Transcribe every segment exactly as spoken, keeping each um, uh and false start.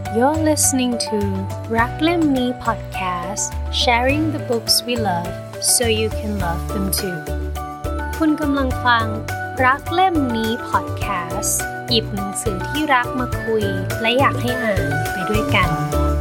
You're listening to รักเล่มนี้ podcast sharing the books we love so you can love them too คุณกำลังฟังรักเล่มนี้ podcast หยิบหนังสือที่รักมาคุยและอยากให้อ่านไปด้วยกัน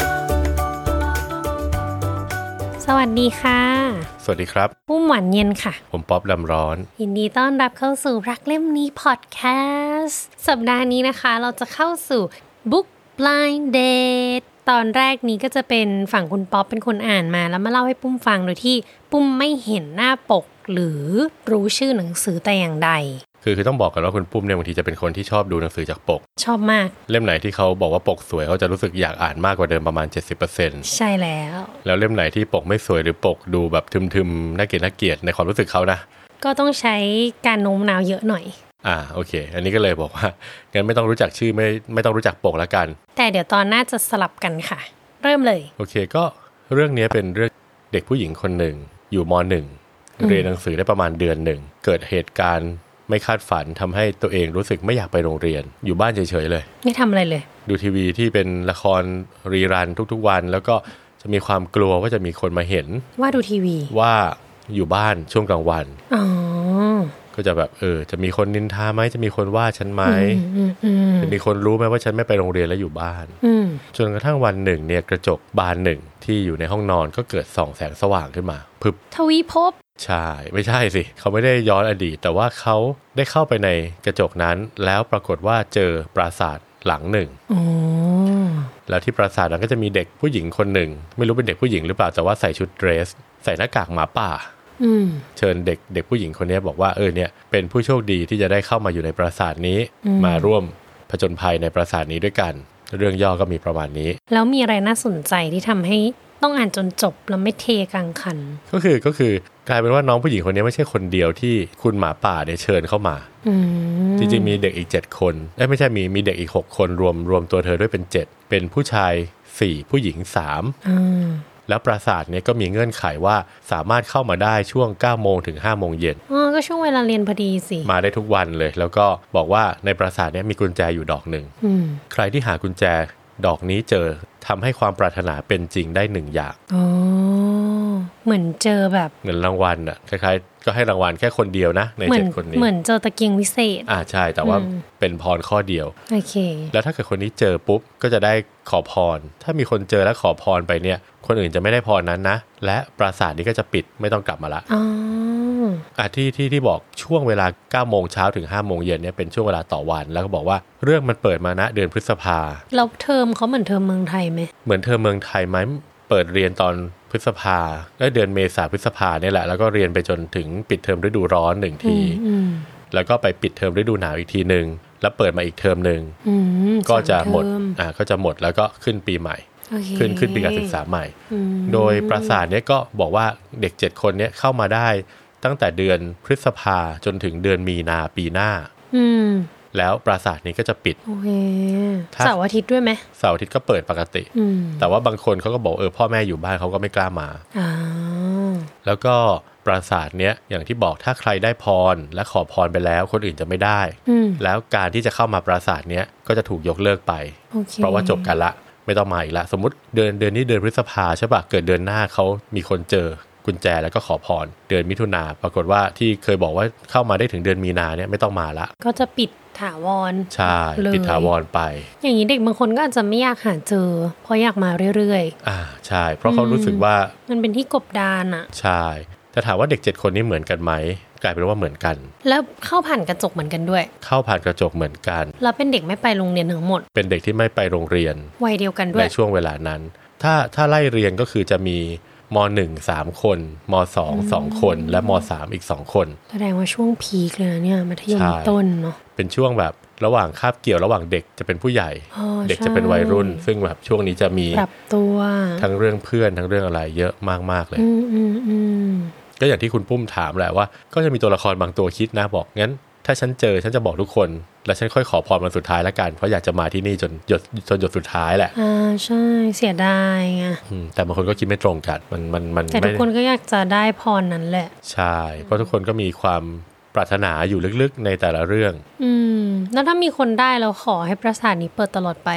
สวัสดีค่ะสวัสดีครับปุ้มหวานเย็นค่ะผมป๊อบลำร้อนยินดีต้อนรับเข้าสู่รักเล่มนี้ podcast สัปดาห์นี้นะคะเราจะเข้าสู่ book blind date ตอนแรกนี้ก็จะเป็นฝั่งคุณป๊อบเป็นคนอ่านมาแล้วมาเล่าให้ปุ้มฟังโดยที่ปุ้มไม่เห็นหน้าปกหรือรู้ชื่อหนังสือแต่อย่างใดคือคือต้องบอกกันว่าคุณปุ้มเนี่ยบางทีจะเป็นคนที่ชอบดูหนังสือจากปกชอบมากเล่มไหนที่เขาบอกว่าปกสวยเขาจะรู้สึกอยากอ่านมากกว่าเดิมประมาณ เจ็ดสิบเปอร์เซ็นต์ใช่แล้วแล้วเล่มไหนที่ปกไม่สวยหรือปกดูแบบทึมๆน่าเกลียดน่าเกลียดในความรู้สึกเขานะก็ต้องใช้การโน้มน้าวเยอะหน่อยอ่าโอเคอันนี้ก็เลยบอกว่างั้นไม่ต้องรู้จักชื่อไม่ไม่ต้องรู้จักปกแล้วกันแต่เดี๋ยวตอนหน้าจะสลับกันค่ะเริ่มเลยโอเคก็เรื่องนี้เป็นเรื่องเด็กผู้หญิงคนหนึ่งอยู่ม.หนึ่ง เรียนหนังสือได้ประมาณเดือนหนึ่งเกิดเหตุการณ์ไม่คาดฝันทำให้ตัวเองรู้สึกไม่อยากไปโรงเรียนอยู่บ้านเฉยๆเลยไม่ทำอะไรเลยดูทีวีที่เป็นละครรีรันทุกๆวันแล้วก็จะมีความกลัวว่าจะมีคนมาเห็นว่าดูทีวีว่าอยู่บ้านช่วงกลางวันอ๋อก็จะแบบเออจะมีคนนินทาไหมจะมีคนว่าฉันไหมจะมีคนรู้ไหมว่าฉันไม่ไปโรงเรียนแล้วอยู่บ้านจนกระทั่งวันหนึ่งเนี่ยกระจกบานหนึ่งที่อยู่ในห้องนอนก็เกิดส่องแสงสว่างขึ้นมาพึบทวีภพใช่ไม่ใช่สิเขาไม่ได้ย้อนอดีตแต่ว่าเขาได้เข้าไปในกระจกนั้นแล้วปรากฏว่าเจอปราสาทหลังหนึ่งแล้วที่ปราสาทนั้นก็จะมีเด็กผู้หญิงคนหนึ่งไม่รู้เป็นเด็กผู้หญิงหรือเปล่าแต่ว่าใส่ชุดเดรสใส่หน้ากากหมาป่าเชิญเด็กเด็กผู้หญิงคนนี้บอกว่าเออเนี่ยเป็นผู้โชคดีที่จะได้เข้ามาอยู่ในปราสาทนี้มาร่วมผจญภัยในปราสาทนี้ด้วยกันเรื่องย่อก็มีประมาณนี้แล้วมีอะไรน่าสนใจที่ทำให้ต้องอ่านจนจบแล้วไม่เทกลางคันก็คือก็คือกลายเป็นว่าน้องผู้หญิงคนนี้ไม่ใช่คนเดียวที่คุณหมาป่าเนี่ยเชิญเข้ามาจริงๆมีเด็กอีกเจ็ดคนเอ้ยไม่ใช่มีมีเด็กอีกหกคนรวมรวมตัวเธอด้วยเป็นเจ็ดเป็นผู้ชายสี่ผู้หญิงสามแล้วปราสาทเนี่ยก็มีเงื่อนไขว่าสามารถเข้ามาได้ช่วง เก้าโมง ถึง ห้าโมง เย็นอ๋อก็ช่วงเวลาเรียนพอดีสิมาได้ทุกวันเลยแล้วก็บอกว่าในปราสาทเนี่ยมีกุญแจอยู่ดอกหนึ่งใครที่หากุญแจดอกนี้เจอทำให้ความปรารถนาเป็นจริงได้หนึ่งอย่างอ๋อเหมือนเจอแบบเงินรางวัลอ่ะคล้ายๆก็ให้รางวัลแค่คนเดียวนะในเจ็ดคนนี้เหมือนเจอตะเกียงวิเศษอ่าใช่แต่ว่าเป็นพรข้อเดียวโอเคแล้วถ้าเกิดคนนี้เจอปุ๊บก็จะได้ขอพรถ้ามีคนเจอแล้วขอพรไปเนี่ยคนอื่นจะไม่ได้พรนั้นนะและปราสาทนี้ก็จะปิดไม่ต้องกลับมาละอ๋ออ่ะที่ที่ที่บอกช่วงเวลา เก้าโมง เช้าถึง ห้าโมง เย็นเนี่ยเป็นช่วงเวลาต่อวันแล้วก็บอกว่าเรื่องมันเปิดมาณเดือนพฤษภาแล้วเทอมเขาเหมือนเทอมเมืองไทยไหมเหมือนเทอมเมืองไทยไหมเปิดเรียนตอนพฤษภาและเดือนเมษาพฤษภาเนี่ยแหละแล้วก็เรียนไปจนถึงปิดเทอมฤดูร้อนหนึ่งทีแล้วก็ไปปิดเทอมฤดูหนาวอีกทีนึงแล้วเปิดมาอีกเทอมนึงก็จะหมดอ่าก็จะหมดแล้วก็ขึ้นปีใหม่ okay. ขึ้นขึ้นปีการศึกษาใหม่โดยปราสาทเนี้ยก็บอกว่าเด็กเจ็ดคนเนี้ยเข้ามาได้ตั้งแต่เดือนพฤษภาจนถึงเดือนมีนาปีหน้าแล้วปราสาทนี้ก็จะปิดโอเคเสาร์อาทิตย์ด้วยไหมเสาร์อาทิตย์ก็เปิดปกติแต่ว่าบางคนเขาก็บอกเออพ่อแม่อยู่บ้านเขาก็ไม่กล้ามาแล้วก็ปราสาทเนี้ยอย่างที่บอกถ้าใครได้พรและขอพรไปแล้วคนอื่นจะไม่ได้แล้วการที่จะเข้ามาปราสาทเนี้ยก็จะถูกยกเลิกไป okay. เพราะว่าจบกันละไม่ต้องมาอีกละสมมติเดือนเดือนนี้เดือนพฤษภาใช่ปะเกิดเดือนหน้าเขามีคนเจอกุญแจแล้วก็ขอพรเดือนมิถุนาปรากฏว่าที่เคยบอกว่าเข้ามาได้ถึงเดือนมีนาเนี่ยไม่ต้องมาละก็จะปิดถาวรใช่ปิดถาวรไปอย่างนี้เด็กบางคนก็อาจจะไม่อยากหาเจอเพราะอยากมาเรื่อยๆอ่าใช่เพราะเขารู้สึกว่ามันเป็นที่กบดานอ่ะใช่แต่ถามว่าเด็กเจ็ดคนนี้เหมือนกันไหมกลายเป็นว่าเหมือนกันแล้วเข้าผ่านกระจกเหมือนกันด้วยเข้าผ่านกระจกเหมือนกันแล้วเป็นเด็กไม่ไปโรงเรียนทั้งหมดเป็นเด็กที่ไม่ไปโรงเรียนวัยเดียวกันด้วยในช่วงเวลานั้นถ้าถ้าไล่เรียนก็คือจะมีม.หนึ่ง สามคนม.สอง สองคนและม.สามอีกสองคนแสดงว่าช่วงพีคเลยนะเนี่ยมัธยมต้นเนาะเป็นช่วงแบบระหว่างคาบเกี่ยวระหว่างเด็กจะเป็นผู้ใหญ่เด็กจะเป็นวัยรุ่นซึ่งแบบช่วงนี้จะมีปรับตัวทั้งเรื่องเพื่อนทั้งเรื่องอะไรเยอะมากๆเลยก็อย่างที่คุณปุ้มถามแหละว่าก็จะมีตัวละครบางตัวคิดนะบอกงั้นถ้าฉันเจอฉันจะบอกทุกคนแล้วฉันค่อยขอพรวันสุดท้ายละกันเพราะอยากจะมาที่นี่จนหยดจนหยดสุดท้ายแหละอ่าใช่เสียดายไงแต่บางคนก็คิดไม่ตรงกันมันมันมันแต่ทุกคนก็อยากจะได้พรนั้นแหละใช่เพราะทุกคนก็มีความปรารถนาอยู่ลึกๆในแต่ละเรื่องอืมแล้วถ้ามีคนได้แล้วขอให้ปราสาทนี้เปิดตลอดไปล่ะ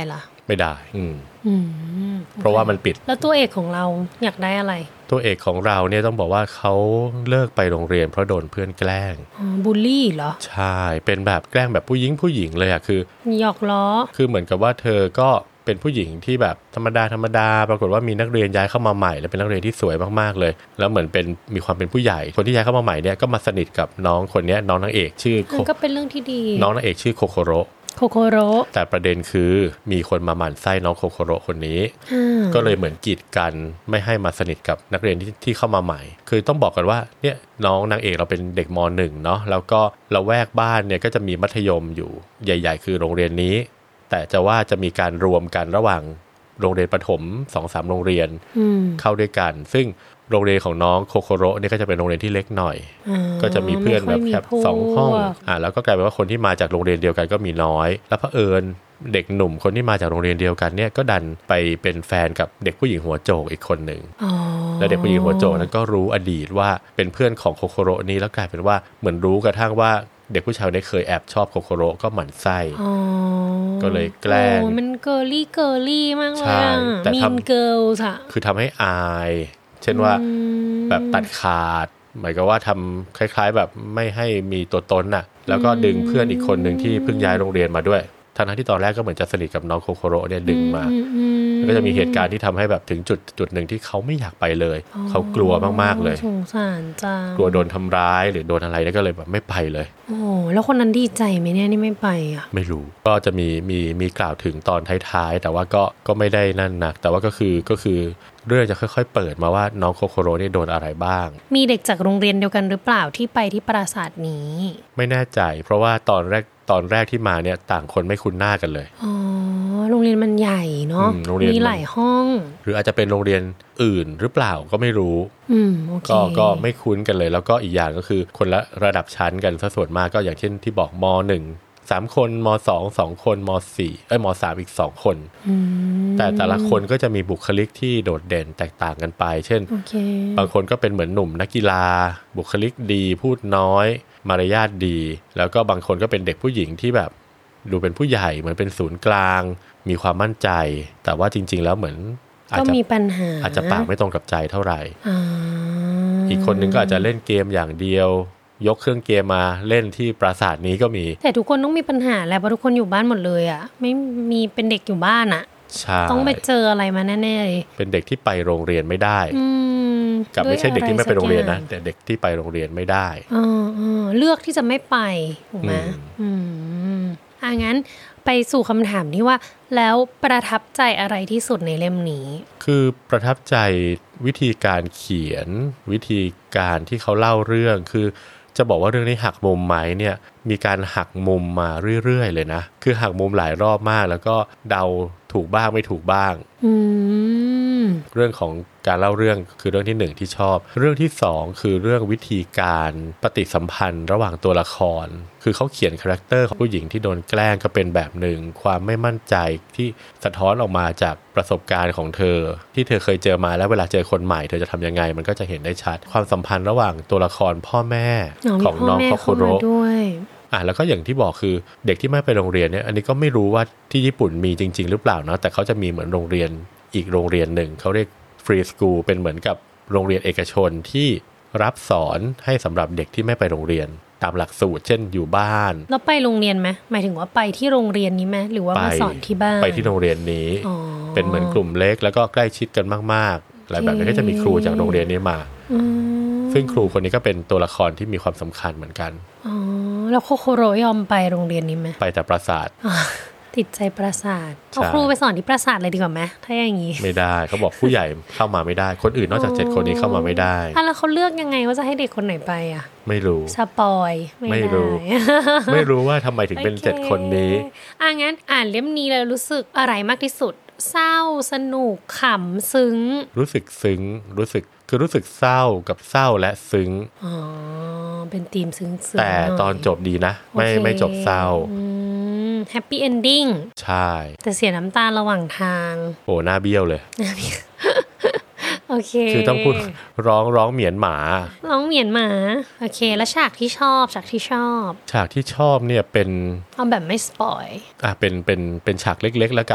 ไม่ได้อืมอืมเพราะว่ามันปิดแล้วตัวเอกของเราอยากได้อะไรตัวเอกของเราเนี่ยต้องบอกว่าเขาเลิกไปโรงเรียนเพราะโดนเพื่อนแกล้งอ๋อบูลลี่เหรอใช่เป็นแบบแกล้งแบบผู้หญิงผู้หญิงเลยอะคือหยอกล้อคือเหมือนกับว่าเธอก็เป็นผู้หญิงที่แบบธรรมดาธรรมดาปรากฏว่ามีนักเรียนย้ายเข้ามาใหม่และเป็นนักเรียนที่สวยมากๆเลยแล้วเหมือนเป็นมีความเป็นผู้ใหญ่คนที่ย้ายเข้ามาใหม่เนี่ยก็มาสนิทกับน้องคนนี้น้องนางเอกชื่อก็เป็นเรื่องที่ดีน้องนางเอกชื่อโคโคโรโคโคโรแต่ประเด็นคือมีคนมาหมั่นไส้น้องโคโคโรคนนี้ก็เลยเหมือนกีดกันไม่ให้มาสนิทกับนักเรียนที่ที่เข้ามาใหม่คือต้องบอกกันว่าเนี่ยน้องนางเอกเราเป็นเด็กม.หนึ่ง เนาะแล้วก็ละแวกบ้านเนี่ยก็จะมีมัธยมอยู่ใหญ่ๆคือโรงเรียนนี้แต่จะว่าจะมีการรวมกันระหว่างโรงเรียนประถม สองสาม โรงเรียนเข้าด้วยกันซึ่งโรงเรียนของน้องโคโคโรเนี่ยก็จะเป็นโรงเรียนที่เล็กหน่อยก็จะมีเพื่อนแบบแค่สองห้องอ่าแล้วก็กลายเป็นว่าคนที่มาจากโรงเรียนเดียวกันก็มีน้อยแล้วเผอิญเด็กหนุ่มคนที่มาจากโรงเรียนเดียวกันเนี่ยก็ดันไปเป็นแฟนกับเด็กผู้หญิงหัวโจกอีกคนหนึ่งแล้วเด็กผู้หญิงหัวโจกนั้นก็รู้อดีตว่าเป็นเพื่อนของโคโคโรนี้แล้วกลายเป็นว่าเหมือนรู้กระทั่งว่าเด็กผู้ชายเนี่ยเคยแอบชอบโคโคโรก็หมั่นไส้ก็เลยแกล้งมันเกิร์ลี่เกิร์ลี่มากเลยอ่ะมีนเกิร์ลส์อ่ะคือทำให้อายเช่นว่าแบบตัดขาดหมายก็ว่าทำคล้ายๆแบบไม่ให้มีตัวตนน่ะแล้วก็ดึงเพื่อนอีกคนหนึ่งที่เพิ่งย้ายโรงเรียนมาด้วยทั้งที่ตอนแรกก็เหมือนจะสนิทกับน้องโคโคโรเนี่ยดึงมาแล้วก็จะมีเหตุการณ์ที่ทำให้แบบถึงจุดจุดหนึ่งที่เขาไม่อยากไปเลยเขากลัวมากๆเลยสงสารจังกลัวโดนทำร้ายหรือโดนอะไรนี่ก็เลยแบบไม่ไปเลยโอ้แล้วคนนั้นดีใจไหมเนี่ยนี่ไม่ไปอ่ะไม่รู้ก็จะมีมีมีกล่าวถึงตอนท้ายๆแต่ว่าก็ก็ไม่ได้นั่นนักแต่ว่าก็คือก็คือเรื่องจะค่อยๆเปิดมาว่าน้องโคโคโรนี่โดนอะไรบ้างมีเด็กจากโรงเรียนเดียวกันหรือเปล่าที่ไปที่ปราสาทนี้ไม่แน่ใจเพราะว่าตอนแรกตอนแรกที่มาเนี่ยต่างคนไม่คุ้นหน้ากันเลยอ๋อโรงเรียนมันใหญ่เนาะมีหลายห้องหรืออาจจะเป็นโรงเรียนอื่นหรือเปล่าก็ไม่รู้อืมโอเคก็ก็ไม่คุ้นกันเลยแล้วก็อีกอย่างก็คือคนละระดับชั้นกันซะส่วนมากก็อย่างเช่นที่บอกม.หนึ่ง สามคนม.สอง สองคนม.สี่ เอ้ยม.สาม อีกสองคนแต่แต่ละคนก็จะมีบุคลิกที่โดดเด่นแตกต่างกันไปเช่น okay. บางคนก็เป็นเหมือนหนุ่มนักกีฬาบุคลิกดีพูดน้อยมารยาทดีแล้วก็บางคนก็เป็นเด็กผู้หญิงที่แบบดูเป็นผู้ใหญ่เหมือนเป็นศูนย์กลางมีความมั่นใจแต่ว่าจริงๆแล้วเหมือนอาจจะมีปัญหาอาจจะปากไม่ตรงกับใจเท่าไหร่อ, อีกคนนึงก็อาจจะเล่นเกมอย่างเดียวยกเครื่องเกมมาเล่นที่ปราสาทนี้ก็มีแต่ทุกคนต้องมีปัญหาแหละเพราะทุกคนอยู่บ้านหมดเลยอ่ะไม่มีเป็นเด็กอยู่บ้านอ่ะต้องไปเจออะไรมาแน่ๆเลยเป็นเด็กที่ไปโรงเรียนไม่ได้กับไม่ใช่เด็กที่ไม่ไปโรงเรียนนะแต่เด็กที่ไปโรงเรียนไม่ได้อ๋อเลือกที่จะไม่ไปถูกไหมอืมอ่ะงั้นไปสู่คำถามที่ว่าแล้วประทับใจอะไรที่สุดในเล่มนี้คือประทับใจวิธีการเขียนวิธีการที่เขาเล่าเรื่องคือจะบอกว่าเรื่องนี้หักมุมไหมเนี่ยมีการหักมุมมาเรื่อยๆเลยนะคือหักมุมหลายรอบมากแล้วก็เดาถูกบ้างไม่ถูกบ้างอืมเรื่องของการเล่าเรื่องคือเรื่องที่หนึ่งที่ชอบเรื่องที่สองคือเรื่องวิธีการปฏิสัมพันธ์ระหว่างตัวละครคือเขาเขียนคาแรคเตอร์ของผู้หญิงที่โดนแกล้งก็เป็นแบบหนึ่งความไม่มั่นใจที่สะท้อนออกมาจากประสบการณ์ของเธอที่เธอเคยเจอมาแล้วเวลาเจอคนใหม่เธอจะทำยังไงมันก็จะเห็นได้ชัดความสัมพันธ์ระหว่างตัวละครพ่อแม่ของน้องโคโคโรอ่ะแล้วก็อย่างที่บอกคือเด็กที่ไม่ไปโรงเรียนเนี่ยอันนี้ก็ไม่รู้ว่าที่ญี่ปุ่นมีจริงๆหรือเปล่านะแต่เขาจะมีเหมือนโรงเรียนอีกโรงเรียนหนึ่งเขาเรียกฟรีสคูลเป็นเหมือนกับโรงเรียนเอกชนที่รับสอนให้สำหรับเด็กที่ไม่ไปโรงเรียนตามหลักสูตรเช่นอยู่บ้านแล้วไปโรงเรียนไหมหมายถึงว่าไปที่โรงเรียนนี้ไหมหรือว่ามาสอนที่บ้านไปที่โรงเรียนนี้เป็นเหมือนกลุ่มเล็กแล้วก็ใกล้ชิดกันมากๆหลายแบบนี้ก็จะมีครูจากโรงเรียนนี้มาซึ่งครูคนนี้ก็เป็นตัวละครที่มีความสำคัญเหมือนกันอ๋อแล้วโคโคโรยอมไปโรงเรียนนี้ไหมไปแต่ปราสาทติดใจปราสาทเอาครูไปสอนที่ปราสาทเลยดีกว่าไหมถ้าอย่างนี้ไม่ได้เขาบอกผู้ใหญ่เข้ามาไม่ได้คนอื่นนอกจากเจ็ดคนนี้เข้ามาไม่ได้อ่ะแล้วเขาเลือกยังไงว่าจะให้เด็กคนไหนไปอ่ะไม่รู้สปอยไม่รู้ไม่รู้ว่าทำไมถึงเป็นเจ็ดคนนี้อ่ะงั้นอ่านเล่มนี้แล้วรู้สึกอะไรมากที่สุดเศร้าสนุกขำซึ้งรู้สึกซึ้งรู้สึกคือรู้สึกเศร้ากับเศร้าและซึ้งอ๋อเป็นธีมซึ้งๆแต่ตอนจบดีนะไม่ไม่จบเศร้าแฮปปี้เอนดิ้งใช่แต่เสียน้ำตาระหว่างทางโอ้หน้าเบี้ยวเลยโอเคคือต้องพูดร้องร้องเหมียนหมาร้องเหมียนหมาโอเคแล้วฉากที่ชอบฉากที่ชอบฉากที่ชอบเนี่ยเป็นเอาแบบไม่สปอยอ่ะเป็นเป็นเป็นฉากเล็กๆแล้วกัน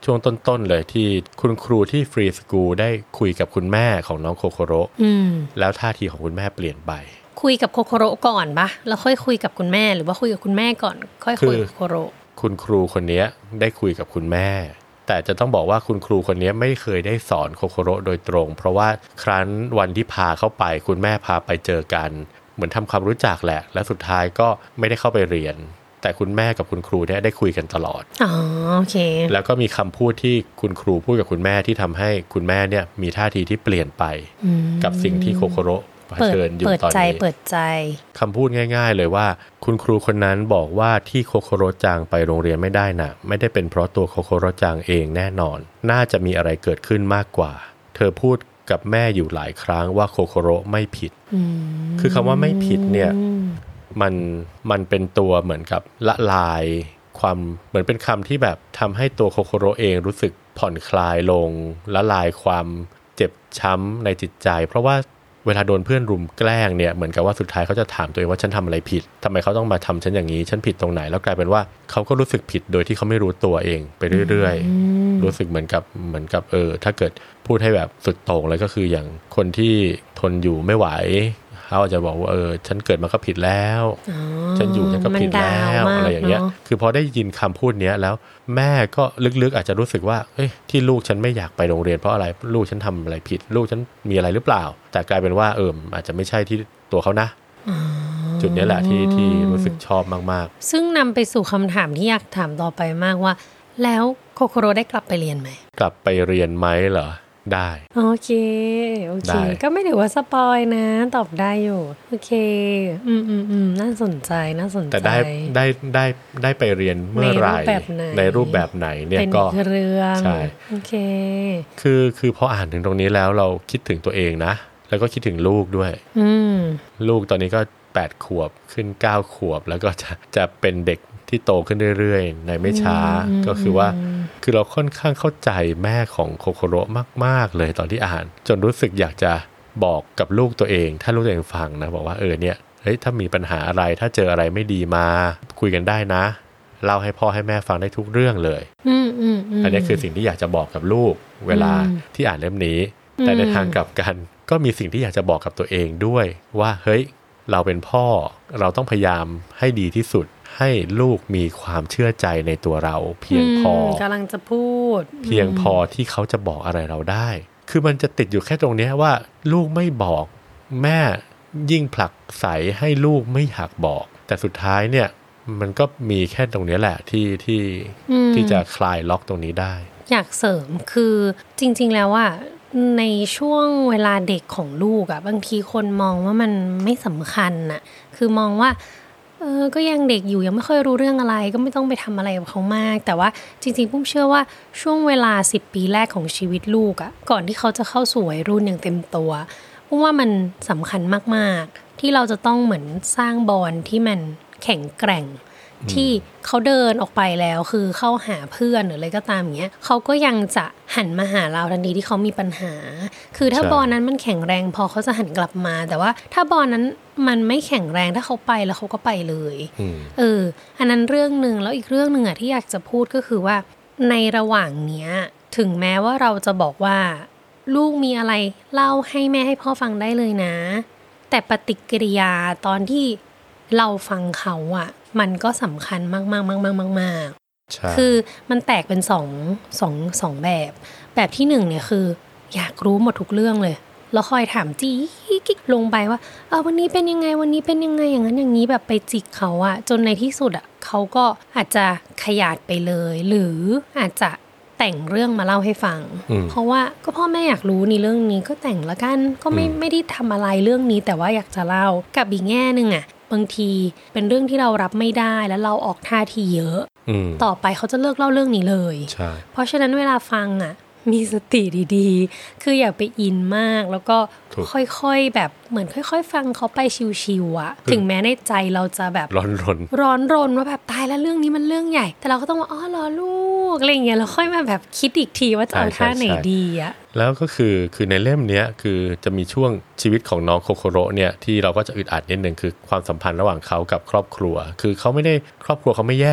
ช่วงต้นๆเลยที่คุณครูที่ฟรีสคูลได้คุยกับคุณแม่ของน้องโคโคโร่แล้วท่าทีของคุณแม่เปลี่ยนไปคุยกับโคโคโร่ก่อนปะแล้วค่อยคุยกับคุณแม่หรือว่าคุยกับคุณแม่ก่อนค่อยคุยกับโคโคโร่คุณครูคนนี้ได้คุยกับคุณแม่แต่จะต้องบอกว่าคุณครูคนนี้ไม่เคยได้สอนโคโคโร่โดยตรงเพราะว่าครั้นวันที่พาเข้าไปคุณแม่พาไปเจอกันเหมือนทำความรู้จักแหละและสุดท้ายก็ไม่ได้เข้าไปเรียนแต่คุณแม่กับคุณครูเนี่ยได้คุยกันตลอดอ๋อโอเคแล้วก็มีคำพูดที่คุณครูพูดกับคุณแม่ที่ทำให้คุณแม่เนี่ยมีท่าทีที่เปลี่ยนไปกับสิ่งที่โคโคโร่เผชิญอยู่ตอนนี้เปิดใจคำพูดง่ายๆเลยว่าคุณครูคนนั้นบอกว่าที่โคโคโร่จังไปโรงเรียนไม่ได้น่ะไม่ได้เป็นเพราะตัวโคโคโร่จังเองแน่นอนน่าจะมีอะไรเกิดขึ้นมากกว่าเธอพูดกับแม่อยู่หลายครั้งว่าโคโคโร่ไม่ผิดคือคำว่าไม่ผิดเนี่ยมันมันเป็นตัวเหมือนกับละลายความเหมือนเป็นคำที่แบบทำให้ตัวโคโคโร่เองรู้สึกผ่อนคลายลงละลายความเจ็บช้ำในจิตใจเพราะว่าเวลาโดนเพื่อนรุมแกล้งเนี่ยเหมือนกับว่าสุดท้ายเขาจะถามตัวเองว่าฉันทำอะไรผิดทำไมเขาต้องมาทำฉันอย่างนี้ฉันผิดตรงไหนแล้วกลายเป็นว่าเขาก็รู้สึกผิดโดยที่เขาไม่รู้ตัวเองไปเรื่อยๆรู้สึกเหมือนกับเหมือนกับเออถ้าเกิดพูดให้แบบสุดโต่งเลยก็คืออย่างคนที่ทนอยู่ไม่ไหวเขาอาจจะบอกว่าเออฉันเกิดมาก็ผิดแล้วฉันอยู่ฉันก็ผิดแล้วอะไรอย่างเงี้ยคือพอได้ยินคำพูดนี้แล้วแม่ก็ลึกๆอาจจะรู้สึกว่าเอ้ยที่ลูกฉันไม่อยากไปโรงเรียนเพราะอะไรลูกฉันทำอะไรผิดลูกฉันมีอะไรหรือเปล่าแต่กลายเป็นว่าเอออาจจะไม่ใช่ที่ตัวเขานะจุดนี้แหละที่ที่รู้สึกชอบมากๆซึ่งนำไปสู่คำถามที่อยากถามต่อไปมากว่าแล้วโคโคโร่ได้กลับไปเรียนไหมกลับไปเรียนไหมเหรอได้โอเคโอเคก็ไม่ถือว่าสปอยนะตอบได้อยู่โอเคอืมอืมอืมน่าสนใจน่าสนใจแต่ได้ได้ได้ได้ไปเรียนเมื่อไหร่ในรูปแบบไหนเนี่ยก็เป็นเรื่องใช่โอเคคือคือพออ่านถึงตรงนี้แล้วเราคิดถึงตัวเองนะแล้วก็คิดถึงลูกด้วยอืมลูกตอนนี้ก็แปดขวบขึ้นเก้าขวบแล้วก็จะจะเป็นเด็กที่โตขึ้นเรื่อยๆในไม่ช้าก็คือว่าคือเราค่อนข้างเข้าใจแม่ของโคโคโร่มากๆเลยตอนที่อ่านจนรู้สึกอยากจะบอกกับลูกตัวเองถ้าลูกตัวเองฟังนะบอกว่าเออเนี่ยเฮ้ยถ้ามีปัญหาอะไรถ้าเจออะไรไม่ดีมาคุยกันได้นะเล่าให้พ่อให้แม่ฟังได้ทุกเรื่องเลยอืมอืมอันนี้คือสิ่งที่อยากจะบอกกับลูกเวลาที่อ่านเล่มนี้แต่ในทางกลับกันก็มีสิ่งที่อยากจะบอกกับตัวเองด้วยว่าเฮ้ยเราเป็นพ่อเราต้องพยายามให้ดีที่สุดให้ลูกมีความเชื่อใจในตัวเราเพียงพอกำลังจะพูดเพียงพอที่เขาจะบอกอะไรเราได้คือมันจะติดอยู่แค่ตรงนี้ว่าลูกไม่บอกแม่ยิ่งผลักไสให้ลูกไม่อยากบอกแต่สุดท้ายเนี่ยมันก็มีแค่ตรงนี้แหละที่ที่ที่จะคลายล็อกตรงนี้ได้อยากเสริมคือจริงๆแล้วว่าในช่วงเวลาเด็กของลูกอะบางทีคนมองว่ามันไม่สำคัญน่ะคือมองว่าเออก็ยังเด็กอยู่ยังไม่ค่อยรู้เรื่องอะไรก็ไม่ต้องไปทำอะไรกับเขามากแต่ว่าจริงๆปุ้มเชื่อว่าช่วงเวลาสิบปีแรกของชีวิตลูกอะก่อนที่เขาจะเข้าสู่วัยรุ่นอย่างเต็มตัวปุ้มว่ามันสำคัญมากๆที่เราจะต้องเหมือนสร้างบอนที่มันแข็งแกร่งที่เขาเดินออกไปแล้วคือเข้าหาเพื่อนหรืออะไรก็ตามอย่างเงี้ยเขาก็ยังจะหันมาหาเราทันทีที่เขามีปัญหาคือถ้าบอลนั้นมันแข็งแรงพอเขาจะหันกลับมาแต่ว่าถ้าบอลนั้นมันไม่แข็งแรงถ้าเขาไปแล้วเขาก็ไปเลยเอออันนั้นเรื่องนึงแล้วอีกเรื่องนึงอ่ะที่อยากจะพูดก็คือว่าในระหว่างเนี้ยถึงแม้ว่าเราจะบอกว่าลูกมีอะไรเล่าให้แม่ให้พ่อฟังได้เลยนะแต่ปฏิกิริยาตอนที่เราฟังเขาอ่ะมันก็สำคัญมากมากมากมากมากมากคือมันแตกเป็นสองสองสองแบบแบบที่หนึ่งเนี่ยคืออยากรู้หมดทุกเรื่องเลยแล้วคอยถามจี้กิ๊กลงไปว่าเออวันนี้เป็นยังไงวันนี้เป็นยังไงอย่างนั้นอย่างนี้แบบไปจิกเขาอะจนในที่สุดอะเขาก็อาจจะขยาดไปเลยหรืออาจจะแต่งเรื่องมาเล่าให้ฟังเพราะว่าก็พ่อแม่อยากรู้นี่เรื่องนี้ก็แต่งละกันก็ไม่ไม่ได้ทำอะไรเรื่องนี้แต่ว่าอยากจะเล่ากับอีกแง่นึงอะบางทีเป็นเรื่องที่เรารับไม่ได้แล้วเราออกท่าทีเยอะต่อไปเขาจะเลิกเล่าเรื่องนี้เลยเพราะฉะนั้นเวลาฟังอ่ะมีสติดีๆคืออย่าไปอินมากแล้วก็ค่อยๆแบบเหมือนค่อยๆฟังเขาไปชิวๆอ่ะถึงแม้ในใจเราจะแบบร้อนรนร้อนรนว่าแบบตายแล้วเรื่องนี้มันเรื่องใหญ่แต่เราก็ต้องว่าอ๋อรอลูกอะไรอย่างเงี้ยแล้วค่อยมาแบบคิดอีกทีว่าจะเอาท่าไหนดีอ่ะแล้วก็คือคือในเล่มนี้คือจะมีช่วงชีวิตของน้องโคโคโร่เนี่ยที่เราก็จะอึดอัดนิดนึงคือความสัมพันธ์ระหว่างเขากับครอบครัวคือเขาไม่ได้ครอบครัวเขาไม่แย่นะ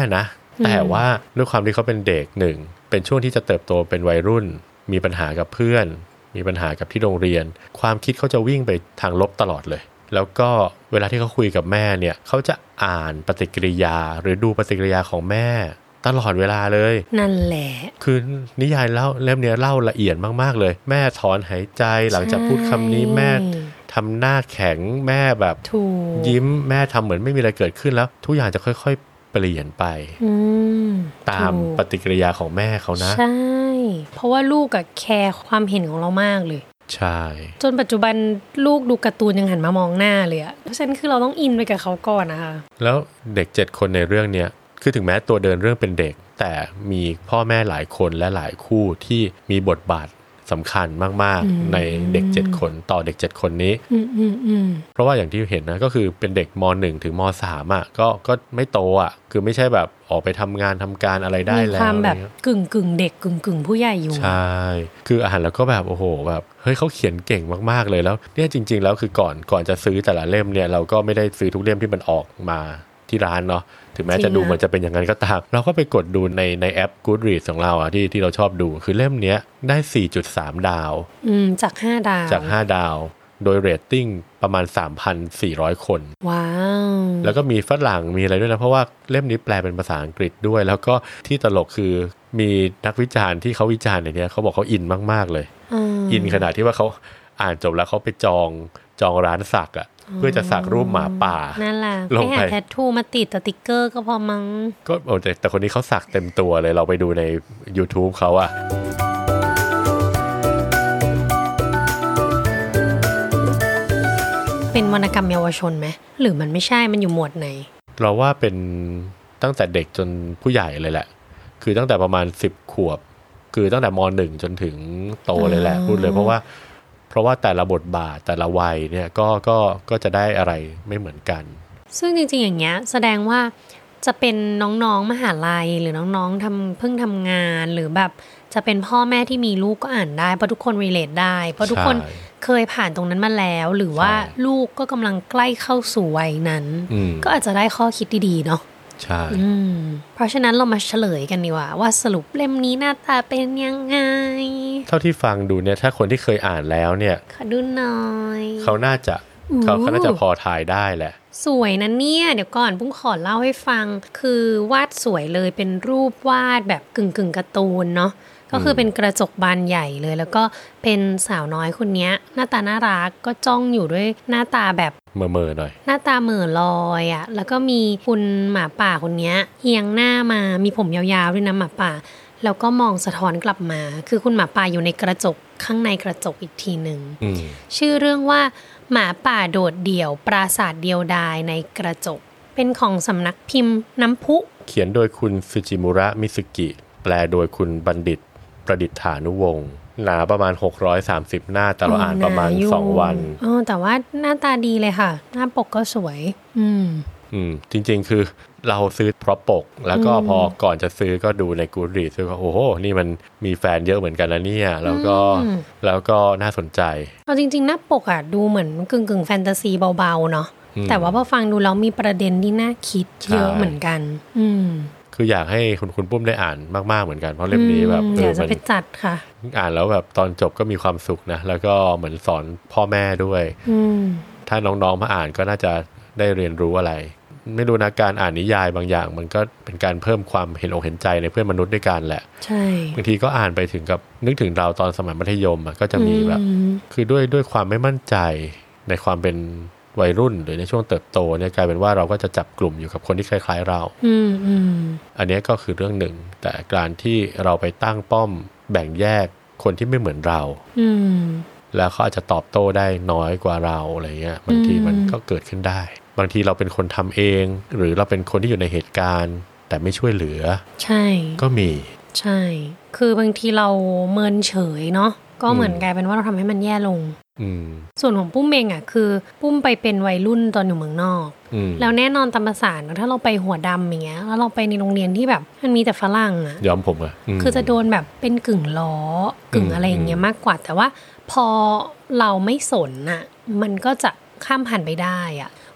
แต่ว่าด้วยความที่เขาเป็นเด็กหนึ่งเป็นช่วงที่จะเติบโตเป็นวัยรุ่นมีปัญหากับเพื่อนมีปัญหากับที่โรงเรียนความคิดเขาจะวิ่งไปทางลบตลอดเลยแล้วก็เวลาที่เขาคุยกับแม่เนี่ยเขาจะอ่านปฏิกิริยาหรือดูปฏิกิริยาของแม่ตลอดเวลาเลยนั่นแหละคือนิยายเล่าเล่มนี้เล่าละเอียดมากๆเลยแม่ถอนหายใจหลังจากพูดคำนี้แม่ทำหน้าแข็งแม่แบบยิ้มแม่ทำเหมือนไม่มีอะไรเกิดขึ้นแล้วทุกอย่างจะค่อยๆเปลี่ยนไปตามปฏิกิริยาของแม่เขานะใช่เพราะว่าลูกกับแคร์ความเห็นของเรามากเลยใช่จนปัจจุบันลูกดูการ์ตูนยังหันมามองหน้าเลยอะเพราะฉะนั้นคือเราต้องอินไปกับเขาก่อนนะคะแล้วเด็กเจ็ดคนในเรื่องเนี้ยคือถึงแม้ตัวเดินเรื่องเป็นเด็กแต่มีพ่อแม่หลายคนและหลายคู่ที่มีบทบาทสำคัญมากๆในเด็กเจ็ดคนต่อเด็กเจ็ดคนนี้เพราะว่าอย่างที่เห็นนะก็คือเป็นเด็กม.หนึ่ง ถึงม.สาม อ่ะก็ก็ไม่โตอ่ะคือไม่ใช่แบบออกไปทำงานทำการอะไรได้แล้วมีความแบบกึ่งกึ่งเด็กกึ่งกึ่งผู้ใหญ่อยู่ใช่คืออ่านแล้วก็แบบโอ้โหแบบเฮ้ยเขาเขียนเก่งมากๆเลยแล้วเนี่ยจริงๆแล้วคือก่อนก่อนจะซื้อแต่ละเล่มเนี่ยเราก็ไม่ได้ซื้อทุกเล่มที่มันออกมาที่ร้านเนาะถึงแม้จะดูมันจะเป็นอย่างนั้นก็ตามเราก็ไปกดดูในในแอป Goodreads ของเราอ่ะที่ที่เราชอบดูคือเล่มเนี้ยได้ สี่จุดสาม ดาวอืมจากห้าดาวจากห้าดาวโดยเรตติ้งประมาณ สามพันสี่ร้อย คนว้าวแล้วก็มีฝรั่งมีอะไรด้วยนะเพราะว่าเล่มนี้แปลเป็นภาษาอังกฤษด้วยแล้วก็ที่ตลกคือมีนักวิจารณ์ที่เขาวิจารณ์ในนี้เขาบอกเขาอินมากๆเลยอินขนาดที่ว่าเขาอ่านจบแล้วเขาไปจองจองร้านสักอ่ะเพื่อจะสักรูปหมาป่านั่นแหละลงไปแทททูมาติดสติ๊กเกอร์ก็พอมั้งก็โอ้แต่แต่คนนี้เขาสักเต็มตัวเลยเราไปดูใน YouTube เขาอะเป็นวรรณกรรมเยาวชนไหมหรือมันไม่ใช่มันอยู่หมวดไหนเราว่าเป็นตั้งแต่เด็กจนผู้ใหญ่เลยแหละคือตั้งแต่ประมาณสิบขวบคือตั้งแต่ม.หนึ่ง จนถึงโตเลยแหละพูดเลยเพราะว่าเพราะว่าแต่ละบทบาทแต่ละวัยเนี่ยก็ก็ก็จะได้อะไรไม่เหมือนกันซึ่งจริงๆอย่างเงี้ยแสดงว่าจะเป็นน้องๆมหาลัยหรือน้องๆทำเพิ่งทำงานหรือแบบจะเป็นพ่อแม่ที่มีลูกก็อ่านได้เพราะทุกคนรีเลทได้เพราะทุกคนเคยผ่านตรงนั้นมาแล้วหรือว่าลูกก็กำลังใกล้เข้าสู่วัยนั้นก็อาจจะได้ข้อคิดดีๆเนาะใช่เพราะฉะนั้นเรามาเฉลยกันดีกว่าว่าสรุปเล่มนี้หน้าตาเป็นยังไงเท่าที่ฟังดูเนี่ยถ้าคนที่เคยอ่านแล้วเนี่ยขอดูหน่อยเขาน่าจะเขาเขาน่าจะพอทายได้แหละสวยนะเนี่ยเดี๋ยวก่อนปุ้งขอเล่าให้ฟังคือวาดสวยเลยเป็นรูปวาดแบบกึ่งกึ่งการ์ตูนเนาะก็คือเป็นกระจกบานใหญ่เลยแล้วก็เป็นสาวน้อยคนนี้หน้าตาน่ารักก็จ้องอยู่ด้วยหน้าตาแบบเมื่อเมื่อหน่อยหน้าตาเหม่อลอยอ่ะแล้วก็มีคุณหมาป่าคนนี้เอียงหน้ามามีผมยาวๆด้วยนะหมาป่าแล้วก็มองสะท้อนกลับมาคือคุณหมาป่าอยู่ในกระจกข้างในกระจกอีกทีนึงชื่อเรื่องว่าหมาป่าโดดเดี่ยวปราสาทเดียวดายในกระจกเป็นของสำนักพิมพ์น้ำพุเขียนโดยคุณซึจิมุระมิสึกิแปลโดยคุณบัณฑิตประดิษฐานุวงศ์หนาประมาณหกร้อยสามสิบหน้าแต่เราอ่านประมาณสองวันอ๋อแต่ว่าหน้าตาดีเลยค่ะหน้าปกก็สวยอืมอืมจริงๆคือเราซื้อเพราะปกแล้วก็พอก่อนจะซื้อก็ดูใน Goodreads ซื้อก็โอ้โหนี่มันมีแฟนเยอะเหมือนกันนะเนี่ยแล้วก็แล้วก็น่าสนใจเอาจริงๆหน้าปกอ่ะดูเหมือนกึ่งๆแฟนตาซีเบาๆเนาะแต่ว่าพอฟังดูแล้วมีประเด็นที่น่าคิดเยอะเหมือนกันอืมคืออยากให้คุณคุณปุ้มได้อ่านมากๆเหมือนกันเพราะเล่มนี้แบบเดี๋ยวจะไปจัดค่ะอ่านแล้วแบบตอนจบก็มีความสุขนะแล้วก็เหมือนสอนพ่อแม่ด้วยถ้าน้องๆมาอ่านก็น่าจะได้เรียนรู้อะไรไม่รู้นะการอ่านนิยายบางอย่างมันก็เป็นการเพิ่มความเห็นอกเห็นใจในเพื่อนมนุษย์ด้วยกันแหละใช่บางทีก็อ่านไปถึงกับนึกถึงเราตอนสมัยมัธยมก็จะมีแบบคือด้วยด้วยความไม่มั่นใจในความเป็นวัยรุ่นหรือในช่วงเติบโตเนี่ยกลายเป็นว่าเราก็จะจับกลุ่มอยู่กับคนที่คล้ายๆเราอืมอืมอันนี้ก็คือเรื่องหนึ่งแต่การที่เราไปตั้งป้อมแบ่งแยกคนที่ไม่เหมือนเราอืมแล้วเขาอาจจะตอบโต้ได้น้อยกว่าเราอะไรเงี้ยบางทีมันก็เกิดขึ้นได้บางทีเราเป็นคนทำเองหรือเราเป็นคนที่อยู่ในเหตุการณ์แต่ไม่ช่วยเหลือใช่ก็มีใช่คือบางทีเราเมินเฉยเนาะก็เหมือนกลายเป็นว่าเราทำให้มันแย่ลงส่วนของปุ้มเองอ่ะคือปุ้มไปเป็นวัยรุ่นตอนอยู่เมืองนอกแล้วแน่นอนตามภาษาถ้าเราไปหัวดำอย่างเงี้ยแล้วเราไปในโรงเรียนที่แบบมันมีแต่ฝรั่งอ่ะย้อมผมอ่ะคือจะโดนแบบเป็นกึ่งล้อกึ่งอะไรอย่างเงี้ยมากกว่าแต่ว่าพอเราไม่สนอ่ะมันก็จะข้ามผ่านไปได้อ่ะ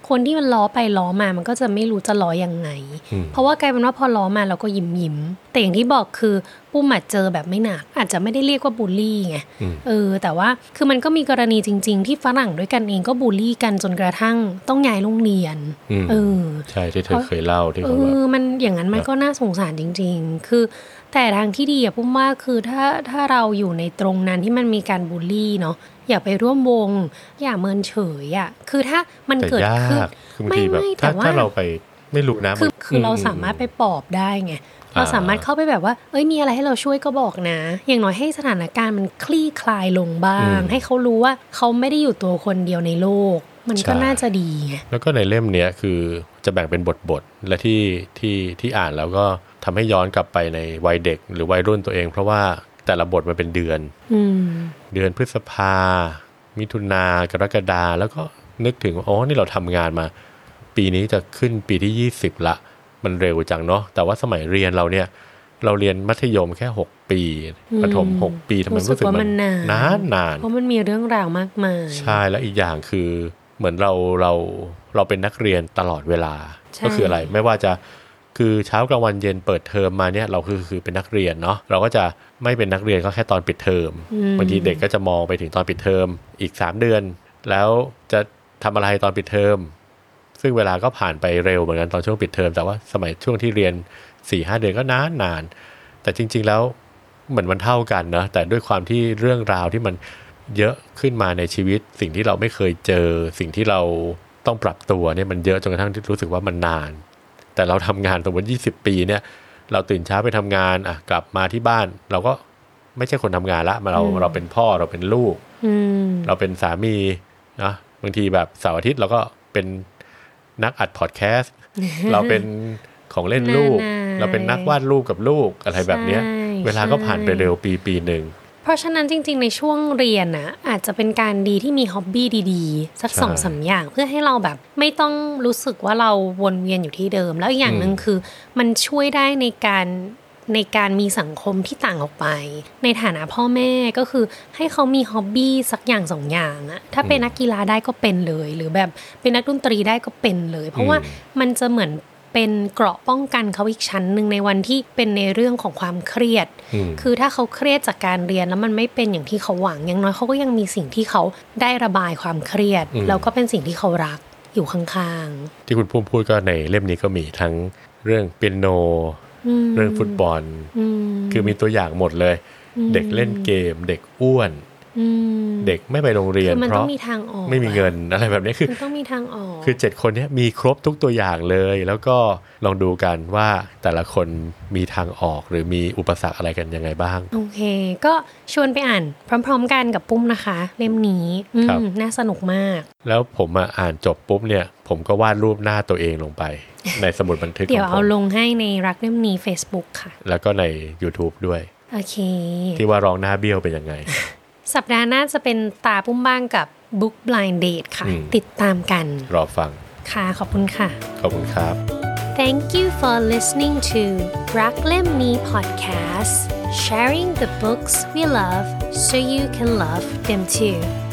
คนที่มันล้อไปล้อมามันก็จะไม่รู้จะล้อยังไงเพราะว่ากลายเป็นว่าพอล้อมาเราก็ยิ้มยิ้มแต่อย่างที่บอกคือปุ้มอาจเจอแบบไม่หนักอาจจะไม่ได้เรียกว่าบูลลี่ไงเออแต่ว่าคือมันก็มีกรณีจริงๆที่ฝรั่งด้วยกันเองก็บูลลี่กันจนกระทั่งต้องย้ายโรงเรียนเออใช่ที่เธอเคยเล่าที่เขาเออมันอย่างนั้นมันก็น่าสงสารจริงๆคือแต่ทางที่ดีอะปุ้มว่าคือถ้าถ้าเราอยู่ในตรงนั้นที่มันมีการบูลลี่เนาะอย่าไปร่วมวงอย่าเมินเฉยอ่ะคือถ้ามันเกิดขึ้นไม่ไม่แต่ว่าถ้าเราไปไม่รู้นะคือคือเราสามารถไปปลอบได้ไงเราสามารถเข้าไปแบบว่าเอ้ยมีอะไรให้เราช่วยก็บอกนะอย่างน้อยให้สถานการณ์มันคลี่คลายลงบ้างให้เขารู้ว่าเขาไม่ได้อยู่ตัวคนเดียวในโลกมันก็น่าจะดีไงแล้วก็ในเล่มนี้คือจะแบ่งเป็นบทๆและที่ที่ที่อ่านแล้วก็ทำให้ย้อนกลับไปในวัยเด็กหรือวัยรุ่นตัวเองเพราะว่าแต่ละบทมันเป็นเดือนเดือนพฤษภามิถุนากรกฎาแล้วก็นึกถึงอ๋อนี่เราทำงานมาปีนี้จะขึ้นปีที่ยี่สิบละมันเร็วจังเนาะแต่ว่าสมัยเรียนเราเนี่ยเราเรียนมัธยมแค่หกปีประถมหกปีทำไมรู้สึกมันนานนานเพราะมันมีเรื่องราวมากมายใช่แล้วอีกอย่างคือเหมือนเราเราเราเป็นนักเรียนตลอดเวลาก็คืออะไรไม่ว่าจะคือเช้ากลางวันเย็นเปิดเทอมมาเนี่ยเราคือคือเป็นนักเรียนเนาะเราก็จะไม่เป็นนักเรียนก็แค่ตอนปิดเทอมบางทีเด็กก็จะมองไปถึงตอนปิดเทอมอีกสามเดือนแล้วจะทำอะไรตอนปิดเทอมซึ่งเวลาก็ผ่านไปเร็วเหมือนกันตอนช่วงปิดเทอมแต่ว่าสมัยช่วงที่เรียน สี่ห้า เดือนก็นานนานแต่จริงๆแล้วเหมือนมันเท่ากันเนาะแต่ด้วยความที่เรื่องราวที่มันเยอะขึ้นมาในชีวิตสิ่งที่เราไม่เคยเจอสิ่งที่เราต้องปรับตัวเนี่ยมันเยอะจนกระทั่งที่รู้สึกว่ามันนานแต่เราทำงานสมมติยี่สิบปีเนี่ยเราตื่นเช้าไปทำงานอ่ะกลับมาที่บ้านเราก็ไม่ใช่คนทำงานละเราเราเป็นพ่อเราเป็นลูกเราเป็นสามีนะบางทีแบบเสาร์อาทิตย์เราก็เป็นนักอัดพอดแคสต์ เราเป็นของเล่นลูก เราเป็นนักวาดรูปกับลูกอะไรแบบนี้เวลาก็ผ่านไปเร็วปีปีหนึ่งเพราะฉะนั้นจริงๆในช่วงเรียนนะอาจจะเป็นการดีที่มีฮ็อบบี้ดีๆสัก สองสาม อย่างเพื่อให้เราแบบไม่ต้องรู้สึกว่าเราวนเวียนอยู่ที่เดิมแล้วอีกอย่างนึงคือมันช่วยได้ในการในการมีสังคมที่ต่างออกไปในฐานะพ่อแม่ก็คือให้เขามีฮ็อบบี้สักอย่างสองอย่างอะถ้าเป็นนักกีฬาได้ก็เป็นเลยหรือแบบเป็นนักดนตรีได้ก็เป็นเลยเพราะว่ามันจะเหมือนเป็นเกราะป้องกันเขาอีกชั้นนึงในวันที่เป็นในเรื่องของความเครียดคือถ้าเขาเครียดจากการเรียนแล้วมันไม่เป็นอย่างที่เขาหวังอย่างน้อยเขาก็ยังมีสิ่งที่เขาได้ระบายความเครียดแล้วก็เป็นสิ่งที่เขารักอยู่ข้างๆที่คุณพุ่มพูดก็ในเล่มนี้ก็มีทั้งเรื่องเปียโนเรื่องฟุตบอลคือมีตัวอย่างหมดเลยเด็กเล่นเกมเด็กอ้วนเด็กไม่ไปโรงเรียนเพราะไม่มีเงินอะไรแบบนี้คือต้องมีทางออกคือเจ็ดคนนี้มีครบทุกตัวอย่างเลยแล้วก็ลองดูกันว่าแต่ละคนมีทางออกหรือมีอุปสรรคอะไรกันยังไงบ้างโอเคก็ชวนไปอ่านพร้อมๆกันกับปุ้มนะคะเล่มนี้น่าสนุกมากแล้วผมมาอ่านจบปุ๊บเนี่ยผมก็วาดรูปหน้าตัวเองลงไปในสมุดบันทึกเดี๋ยวเอาลงให้ในรักเล่มนี้ Facebook ค่ะแล้วก็ใน YouTube ด้วยโอเคที่ว่าร้องหน้าเบี้ยวเป็นยังไงสัปดาห์หน้าจะเป็นตาปุ้มบ้างกับ Book Blind Date ค่ะติดตามกันรอฟังค่ะขอบคุณค่ะขอบคุณครับ Thank you for listening to รักเล่มนี้ Podcast Sharing the books we love so you can love them too